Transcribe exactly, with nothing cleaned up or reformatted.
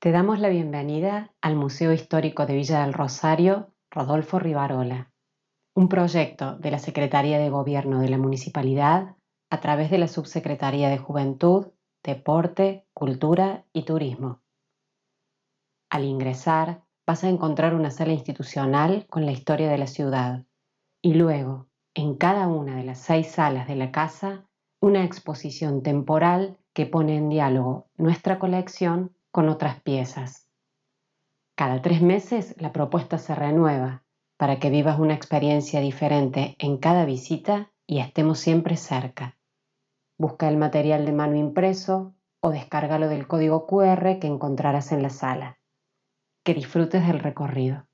Te damos la bienvenida al Museo Histórico de Villa del Rosario, Rodolfo Rivarola, un proyecto de la Secretaría de Gobierno de la Municipalidad a través de la Subsecretaría de Juventud, Deporte, Cultura y Turismo. Al ingresar, vas a encontrar una sala institucional con la historia de la ciudad y luego, en cada una de las seis salas de la casa, una exposición temporal que pone en diálogo nuestra colección con otras piezas. Cada tres meses la propuesta se renueva para que vivas una experiencia diferente en cada visita y estemos siempre cerca. Busca el material de mano impreso o descárgalo del código cu erre que encontrarás en la sala. Que disfrutes del recorrido.